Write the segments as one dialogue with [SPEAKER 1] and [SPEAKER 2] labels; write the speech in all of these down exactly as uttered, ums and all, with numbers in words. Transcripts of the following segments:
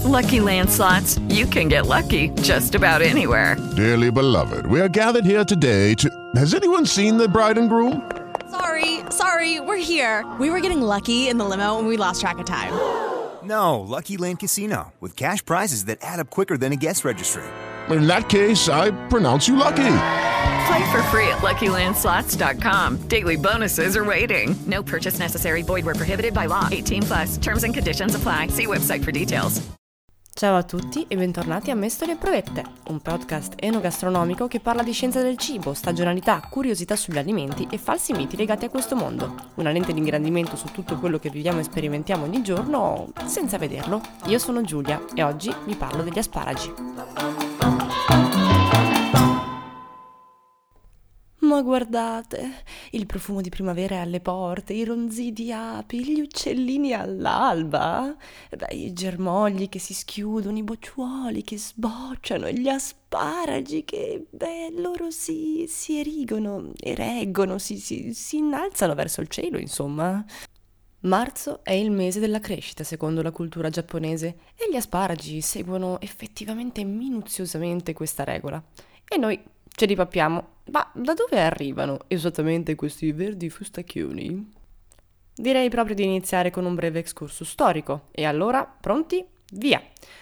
[SPEAKER 1] Lucky Land Slots, you can get lucky just about anywhere.
[SPEAKER 2] Dearly beloved, we are gathered here today to... Has anyone seen the bride and groom?
[SPEAKER 3] Sorry, sorry, we're here. We were getting lucky in the limo and we lost track of time.
[SPEAKER 4] No, Lucky Land Casino, with cash prizes that add up quicker than a guest registry.
[SPEAKER 2] In that case, I pronounce you lucky.
[SPEAKER 1] Play for free at Lucky Land Slots dot com. Daily bonuses are waiting. No purchase necessary. Void where prohibited by law. eighteen plus. Terms and conditions apply. See website for details.
[SPEAKER 5] Ciao a tutti e bentornati a Mestoli e Provette, un podcast enogastronomico che parla di scienza del cibo, stagionalità, curiosità sugli alimenti e falsi miti legati a questo mondo. Una lente di ingrandimento su tutto quello che viviamo e sperimentiamo ogni giorno senza vederlo. Io sono Giulia e oggi vi parlo degli asparagi. Ma guardate, il profumo di primavera è alle porte, i ronzii di api, gli uccellini all'alba, e beh, i germogli che si schiudono, i bocciuoli che sbocciano, e gli asparagi che, beh, loro si, si erigono, ereggono, si, si, si innalzano verso il cielo, insomma. Marzo è il mese della crescita secondo la cultura giapponese e gli asparagi seguono effettivamente minuziosamente questa regola. E noi ce li pappiamo. Ma da dove arrivano esattamente questi verdi fustacchioni? Direi proprio di iniziare con un breve excursus storico. E allora, pronti? Via!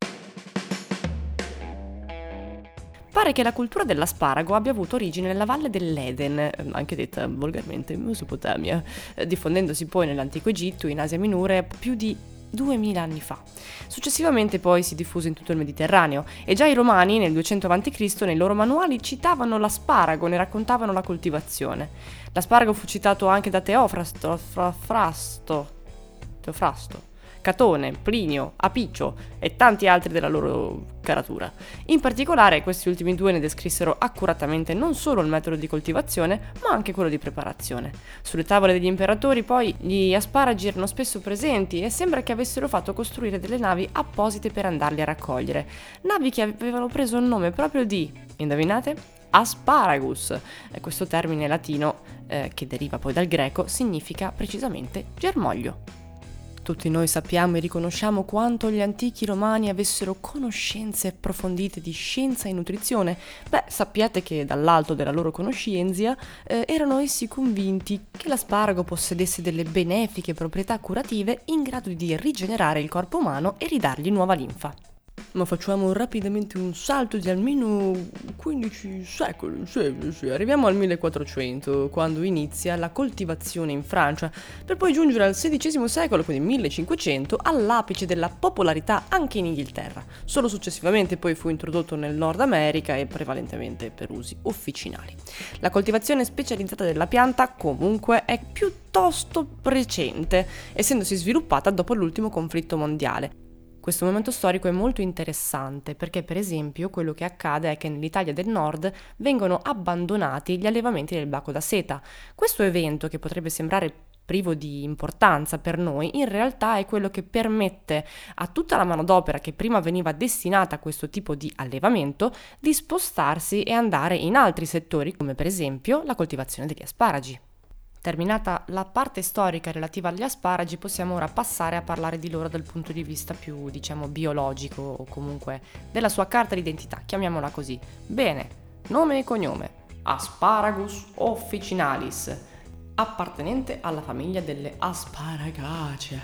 [SPEAKER 5] Pare che la cultura dell'asparago abbia avuto origine nella valle dell'Eden, anche detta volgarmente Mesopotamia, diffondendosi poi nell'antico Egitto, in Asia Minore, più di duemila anni fa. Successivamente poi si diffuse in tutto il Mediterraneo e già i romani nel duecento avanti Cristo nei loro manuali citavano l'asparago, ne raccontavano la coltivazione. L'asparago fu citato anche da Teofrasto, Frasto, Teofrasto, Catone, Plinio, Apiccio e tanti altri della loro caratura. In particolare questi ultimi due ne descrissero accuratamente non solo il metodo di coltivazione, ma anche quello di preparazione. Sulle tavole degli imperatori poi gli asparagi erano spesso presenti e sembra che avessero fatto costruire delle navi apposite per andarli a raccogliere. Navi che avevano preso il nome proprio di, indovinate? Asparagus. E questo termine latino, eh, che deriva poi dal greco, significa precisamente germoglio. Tutti noi sappiamo e riconosciamo quanto gli antichi romani avessero conoscenze approfondite di scienza e nutrizione. Beh, sappiate che dall'alto della loro conoscenza eh, erano essi convinti che l'asparago possedesse delle benefiche proprietà curative in grado di rigenerare il corpo umano e ridargli nuova linfa. Ma facciamo rapidamente un salto di almeno quindici secoli, sì, sì, arriviamo al millequattrocento, quando inizia la coltivazione in Francia, per poi giungere al sedicesimo secolo, quindi millecinquecento, all'apice della popolarità anche in Inghilterra. Solo successivamente poi fu introdotto nel Nord America e prevalentemente per usi officinali. La coltivazione specializzata della pianta, comunque, è piuttosto recente, essendosi sviluppata dopo l'ultimo conflitto mondiale. Questo momento storico è molto interessante perché, per esempio, quello che accade è che nell'Italia del Nord vengono abbandonati gli allevamenti del baco da seta. Questo evento, che potrebbe sembrare privo di importanza per noi, in realtà è quello che permette a tutta la manodopera che prima veniva destinata a questo tipo di allevamento di spostarsi e andare in altri settori, come per esempio la coltivazione degli asparagi. Terminata la parte storica relativa agli asparagi, possiamo ora passare a parlare di loro dal punto di vista più, diciamo, biologico o comunque della sua carta d'identità, chiamiamola così. Bene, nome e cognome: Asparagus officinalis, appartenente alla famiglia delle Asparagaceae.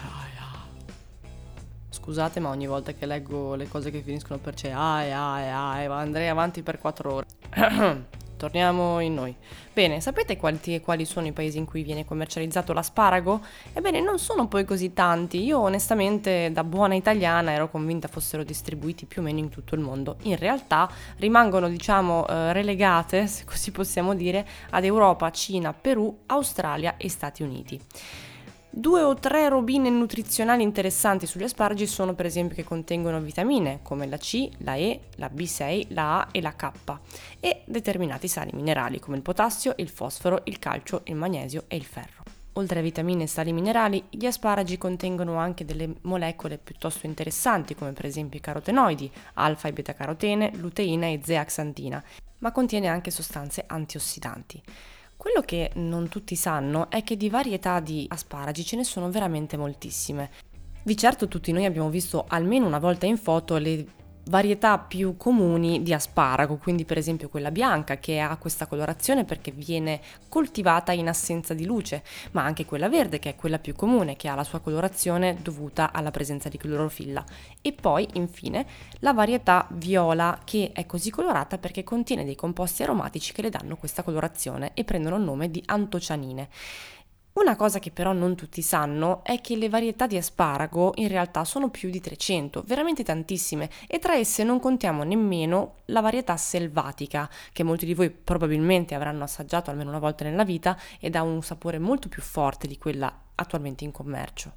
[SPEAKER 5] Scusate, ma ogni volta che leggo le cose che finiscono per c'è ae, ae, ae, andrei avanti per quattro ore. Torniamo in noi. Bene, sapete quali, quali sono i paesi in cui viene commercializzato l'asparago? Ebbene, non sono poi così tanti. Io onestamente, da buona italiana, ero convinta fossero distribuiti più o meno in tutto il mondo. In realtà rimangono, diciamo, eh, relegate, se così possiamo dire, ad Europa, Cina, Perù, Australia e Stati Uniti. Due o tre robine nutrizionali interessanti sugli asparagi sono, per esempio, che contengono vitamine come la C, la E, la B sei, la A e la K, e determinati sali minerali come il potassio, il fosforo, il calcio, il magnesio e il ferro. Oltre a vitamine e sali minerali, gli asparagi contengono anche delle molecole piuttosto interessanti come per esempio i carotenoidi, alfa e beta carotene, luteina e zeaxantina, ma contiene anche sostanze antiossidanti. Quello che non tutti sanno è che di varietà di asparagi ce ne sono veramente moltissime. Di certo tutti noi abbiamo visto almeno una volta in foto le varietà più comuni di asparago, quindi per esempio quella bianca che ha questa colorazione perché viene coltivata in assenza di luce, ma anche quella verde che è quella più comune, che ha la sua colorazione dovuta alla presenza di clorofilla, e poi infine la varietà viola che è così colorata perché contiene dei composti aromatici che le danno questa colorazione e prendono il nome di antocianine. Una cosa che però non tutti sanno è che le varietà di asparago in realtà sono più di trecento, veramente tantissime, e tra esse non contiamo nemmeno la varietà selvatica, che molti di voi probabilmente avranno assaggiato almeno una volta nella vita ed ha un sapore molto più forte di quella attualmente in commercio.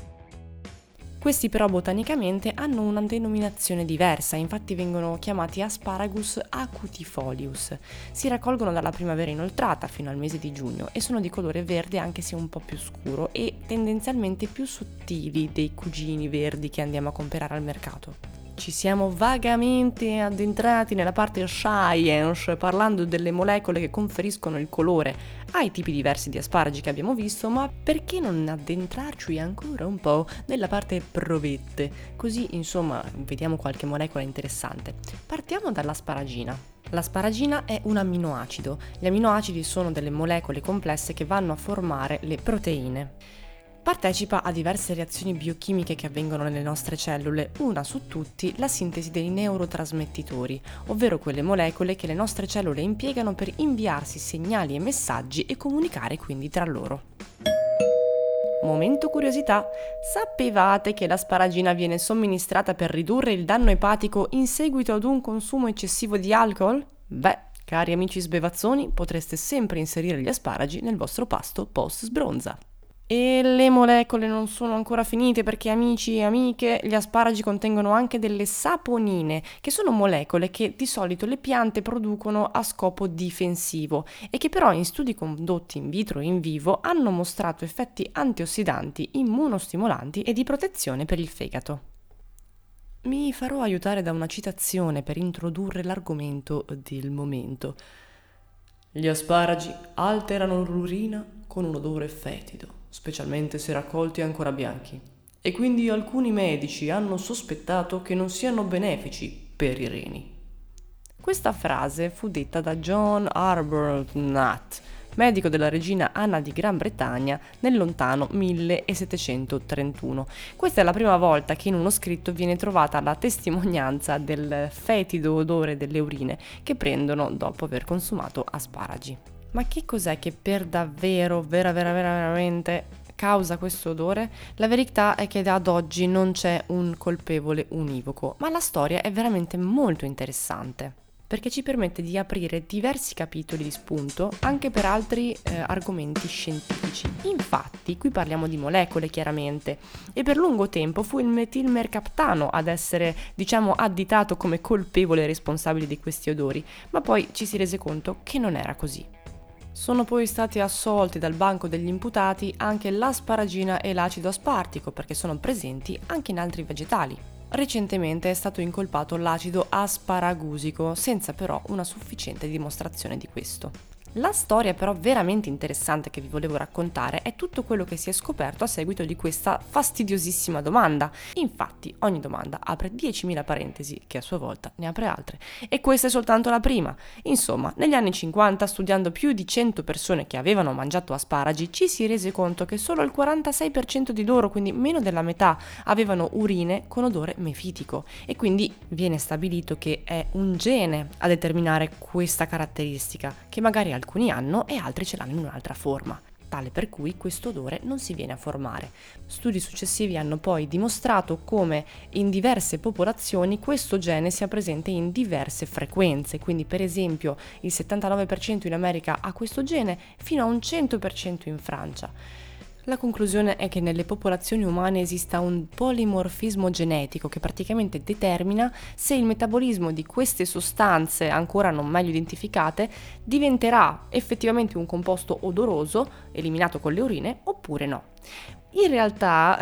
[SPEAKER 5] Questi però botanicamente hanno una denominazione diversa, infatti vengono chiamati Asparagus acutifolius. Si raccolgono dalla primavera inoltrata fino al mese di giugno e sono di colore verde anche se un po' più scuro e tendenzialmente più sottili dei cugini verdi che andiamo a comprare al mercato. Ci siamo vagamente addentrati nella parte science, parlando delle molecole che conferiscono il colore ai tipi diversi di asparagi che abbiamo visto, ma perché non addentrarci ancora un po' nella parte provette? Così, insomma, vediamo qualche molecola interessante. Partiamo dall'asparagina. L'asparagina è un amminoacido. Gli amminoacidi sono delle molecole complesse che vanno a formare le proteine. Partecipa a diverse reazioni biochimiche che avvengono nelle nostre cellule, una su tutti la sintesi dei neurotrasmettitori, ovvero quelle molecole che le nostre cellule impiegano per inviarsi segnali e messaggi e comunicare quindi tra loro. Momento curiosità, sapevate che l'asparagina viene somministrata per ridurre il danno epatico in seguito ad un consumo eccessivo di alcol? Beh, cari amici sbevazzoni, potreste sempre inserire gli asparagi nel vostro pasto post sbronza. E le molecole non sono ancora finite perché, amici e amiche, gli asparagi contengono anche delle saponine, che sono molecole che di solito le piante producono a scopo difensivo e che però in studi condotti in vitro e in vivo hanno mostrato effetti antiossidanti, immunostimolanti e di protezione per il fegato. Mi farò aiutare da una citazione per introdurre l'argomento del momento. Gli asparagi alterano l'urina con un odore fetido, specialmente se raccolti ancora bianchi, e quindi alcuni medici hanno sospettato che non siano benefici per i reni. Questa frase fu detta da John Arbuthnot, medico della regina Anna di Gran Bretagna nel lontano millesettecentotrentuno. Questa è la prima volta che in uno scritto viene trovata la testimonianza del fetido odore delle urine che prendono dopo aver consumato asparagi. Ma che cos'è che per davvero, vera vera vera veramente causa questo odore? La verità è che ad oggi non c'è un colpevole univoco, ma la storia è veramente molto interessante, perché ci permette di aprire diversi capitoli di spunto anche per altri eh, argomenti scientifici. Infatti, qui parliamo di molecole chiaramente, e per lungo tempo fu il metilmercaptano ad essere, diciamo, additato come colpevole responsabile di questi odori, ma poi ci si rese conto che non era così. Sono poi stati assolti dal banco degli imputati anche l'asparagina e l'acido aspartico, perché sono presenti anche in altri vegetali. Recentemente è stato incolpato l'acido asparagusico, senza però una sufficiente dimostrazione di questo. La storia però veramente interessante che vi volevo raccontare è tutto quello che si è scoperto a seguito di questa fastidiosissima domanda. Infatti ogni domanda apre diecimila parentesi che a sua volta ne apre altre, e questa è soltanto la prima. Insomma, negli anni cinquanta, studiando più di cento persone che avevano mangiato asparagi, ci si rese conto che solo il quarantasei per cento di loro, quindi meno della metà, avevano urine con odore mefitico, e quindi viene stabilito che è un gene a determinare questa caratteristica, che magari alcuni hanno e altri ce l'hanno in un'altra forma, tale per cui questo odore non si viene a formare. Studi successivi hanno poi dimostrato come in diverse popolazioni questo gene sia presente in diverse frequenze, quindi per esempio il settantanove per cento in America ha questo gene, fino a un cento per cento in Francia. La conclusione è che nelle popolazioni umane esista un polimorfismo genetico che praticamente determina se il metabolismo di queste sostanze ancora non meglio identificate diventerà effettivamente un composto odoroso eliminato con le urine oppure no. In realtà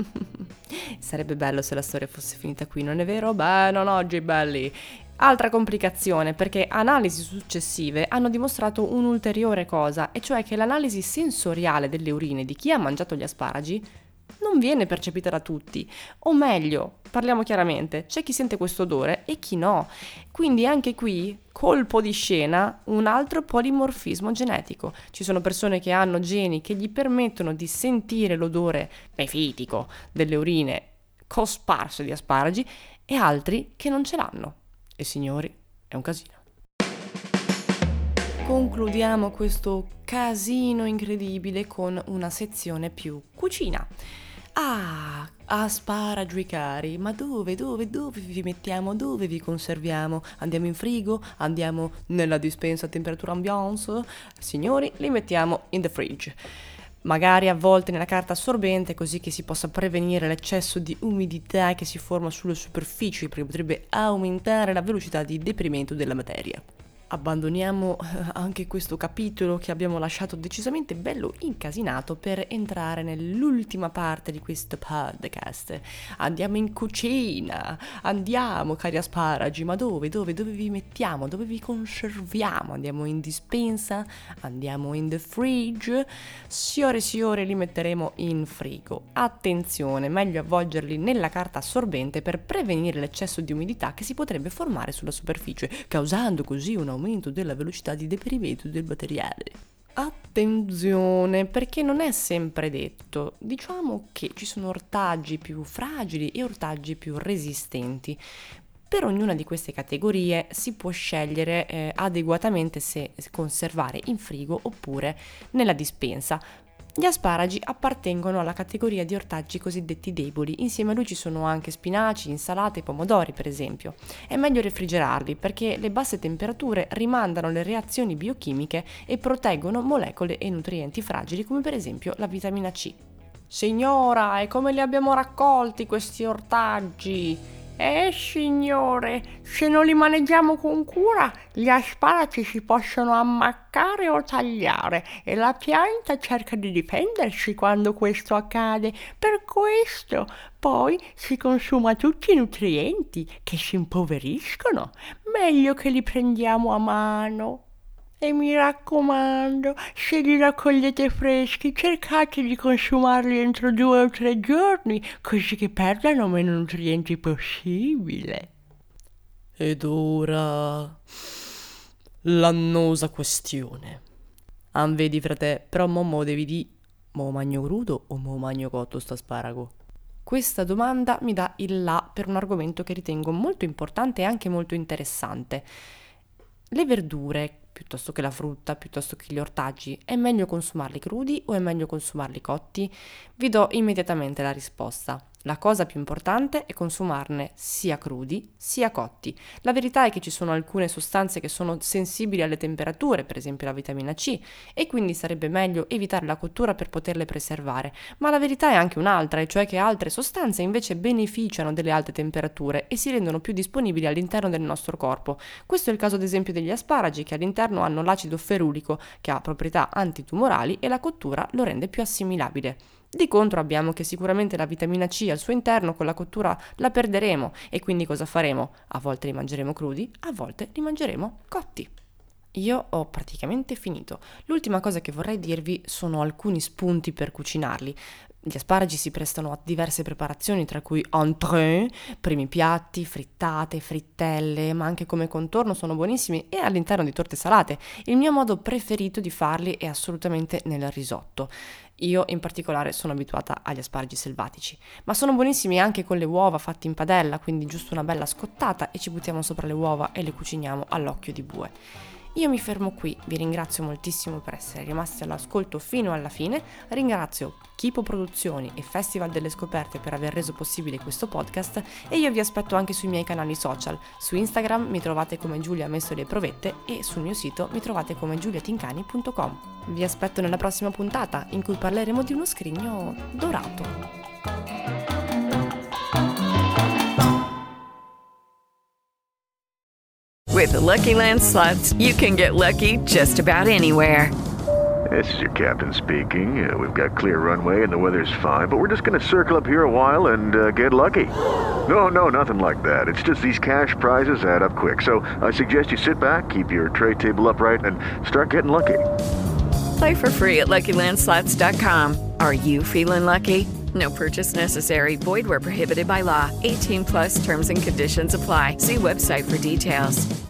[SPEAKER 5] sarebbe bello se la storia fosse finita qui, non è vero? Beh, non oggi, belli! Altra complicazione, perché analisi successive hanno dimostrato un'ulteriore cosa, e cioè che l'analisi sensoriale delle urine di chi ha mangiato gli asparagi non viene percepita da tutti. O meglio, parliamo chiaramente, c'è chi sente questo odore e chi no. Quindi anche qui, colpo di scena, un altro polimorfismo genetico. Ci sono persone che hanno geni che gli permettono di sentire l'odore mefitico delle urine cosparse di asparagi e altri che non ce l'hanno. E signori, è un casino. Concludiamo questo casino incredibile con una sezione più cucina. Ah, asparagi cari, ma dove, dove, dove vi mettiamo, dove vi conserviamo? Andiamo in frigo? Andiamo nella dispensa a temperatura ambiance? Signori, li mettiamo in the fridge. Magari avvolti nella carta assorbente, così che si possa prevenire l'eccesso di umidità che si forma sulle superfici, perché potrebbe aumentare la velocità di deprimento della materia. Abbandoniamo anche questo capitolo che abbiamo lasciato decisamente bello incasinato per entrare nell'ultima parte di questo podcast. Andiamo in cucina, andiamo cari asparagi, ma dove, dove, dove vi mettiamo, dove vi conserviamo? Andiamo in dispensa, andiamo in the fridge, signore signore li metteremo in frigo. Attenzione, meglio avvolgerli nella carta assorbente per prevenire l'eccesso di umidità che si potrebbe formare sulla superficie, causando così un aumento della velocità di deperimento del materiale. Attenzione, perché non è sempre detto. Diciamo che ci sono ortaggi più fragili e ortaggi più resistenti. Per ognuna di queste categorie si può scegliere eh, adeguatamente se conservare in frigo oppure nella dispensa. Gli asparagi appartengono alla categoria di ortaggi cosiddetti deboli, insieme a lui ci sono anche spinaci, insalate e pomodori per esempio. È meglio refrigerarli perché le basse temperature rimandano le reazioni biochimiche e proteggono molecole e nutrienti fragili come per esempio la vitamina C. Signora, e come li abbiamo raccolti questi ortaggi? Eh signore, se non li maneggiamo con cura, gli asparagi si possono ammaccare o tagliare e la pianta cerca di difendersi quando questo accade. Per questo poi si consuma tutti i nutrienti che si impoveriscono. Meglio che li prendiamo a mano. E mi raccomando, se li raccogliete freschi, cercate di consumarli entro due o tre giorni, così che perdano meno nutrienti possibile. Ed ora l'annosa questione. Ah, vedi frate, però mo mo devi di mo magno crudo o mo magno cotto sta asparago? Questa domanda mi dà il là per un argomento che ritengo molto importante e anche molto interessante. Le verdure, piuttosto che la frutta, piuttosto che gli ortaggi, è meglio consumarli crudi o è meglio consumarli cotti? Vi do immediatamente la risposta. La cosa più importante è consumarne sia crudi sia cotti. La verità è che ci sono alcune sostanze che sono sensibili alle temperature, per esempio la vitamina C, e quindi sarebbe meglio evitare la cottura per poterle preservare. Ma la verità è anche un'altra, e cioè che altre sostanze invece beneficiano delle alte temperature e si rendono più disponibili all'interno del nostro corpo. Questo è il caso ad esempio degli asparagi, che all'interno hanno l'acido ferulico, che ha proprietà antitumorali, e la cottura lo rende più assimilabile. Di contro abbiamo che sicuramente la vitamina C al suo interno con la cottura la perderemo, e quindi cosa faremo? A volte li mangeremo crudi, a volte li mangeremo cotti. Io ho praticamente finito. L'ultima cosa che vorrei dirvi sono alcuni spunti per cucinarli. Gli asparagi si prestano a diverse preparazioni, tra cui entrée, primi piatti, frittate, frittelle, ma anche come contorno sono buonissimi, e all'interno di torte salate. Il mio modo preferito di farli è assolutamente nel risotto. Io in particolare sono abituata agli asparagi selvatici, ma sono buonissimi anche con le uova fatte in padella, quindi giusto una bella scottata e ci buttiamo sopra le uova e le cuciniamo all'occhio di bue. Io mi fermo qui, vi ringrazio moltissimo per essere rimasti all'ascolto fino alla fine, ringrazio Kipo Produzioni e Festival delle Scoperte per aver reso possibile questo podcast, e io vi aspetto anche sui miei canali social. Su Instagram mi trovate come Giulia Messoli e Provette e sul mio sito mi trovate come giuliatincani punto com. Vi aspetto nella prossima puntata in cui parleremo di uno scrigno dorato.
[SPEAKER 1] With the Lucky Land Slots, you can get lucky just about anywhere.
[SPEAKER 6] This is your captain speaking. Uh, we've got clear runway and the weather's fine, but we're just going to circle up here a while and uh, get lucky. No, no, nothing like that. It's just these cash prizes add up quick. So I suggest you sit back, keep your tray table upright, and start getting lucky.
[SPEAKER 1] Play for free at Lucky Land Slots dot com. Are you feeling lucky? No purchase necessary. Void where prohibited by law. eighteen plus terms and conditions apply. See website for details.